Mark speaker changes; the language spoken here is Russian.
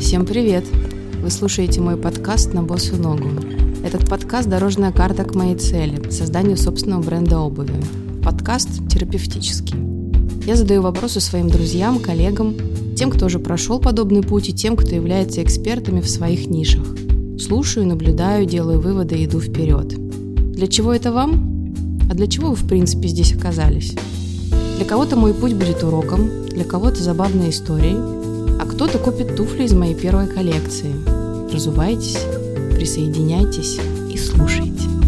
Speaker 1: Всем привет! Вы слушаете мой подкаст «На босую ногу». Этот подкаст – дорожная карта к моей цели – созданию собственного бренда обуви. Подкаст терапевтический. Я задаю вопросы своим друзьям, коллегам, тем, кто уже прошел подобный путь, и тем, кто является экспертами в своих нишах. Слушаю, наблюдаю, делаю выводы и иду вперед. Для чего это вам? А для чего вы, в принципе, здесь оказались? Для кого-то мой путь будет уроком, для кого-то забавной историей, а кто-то купит туфли из моей первой коллекции. Разувайтесь, присоединяйтесь и слушайте.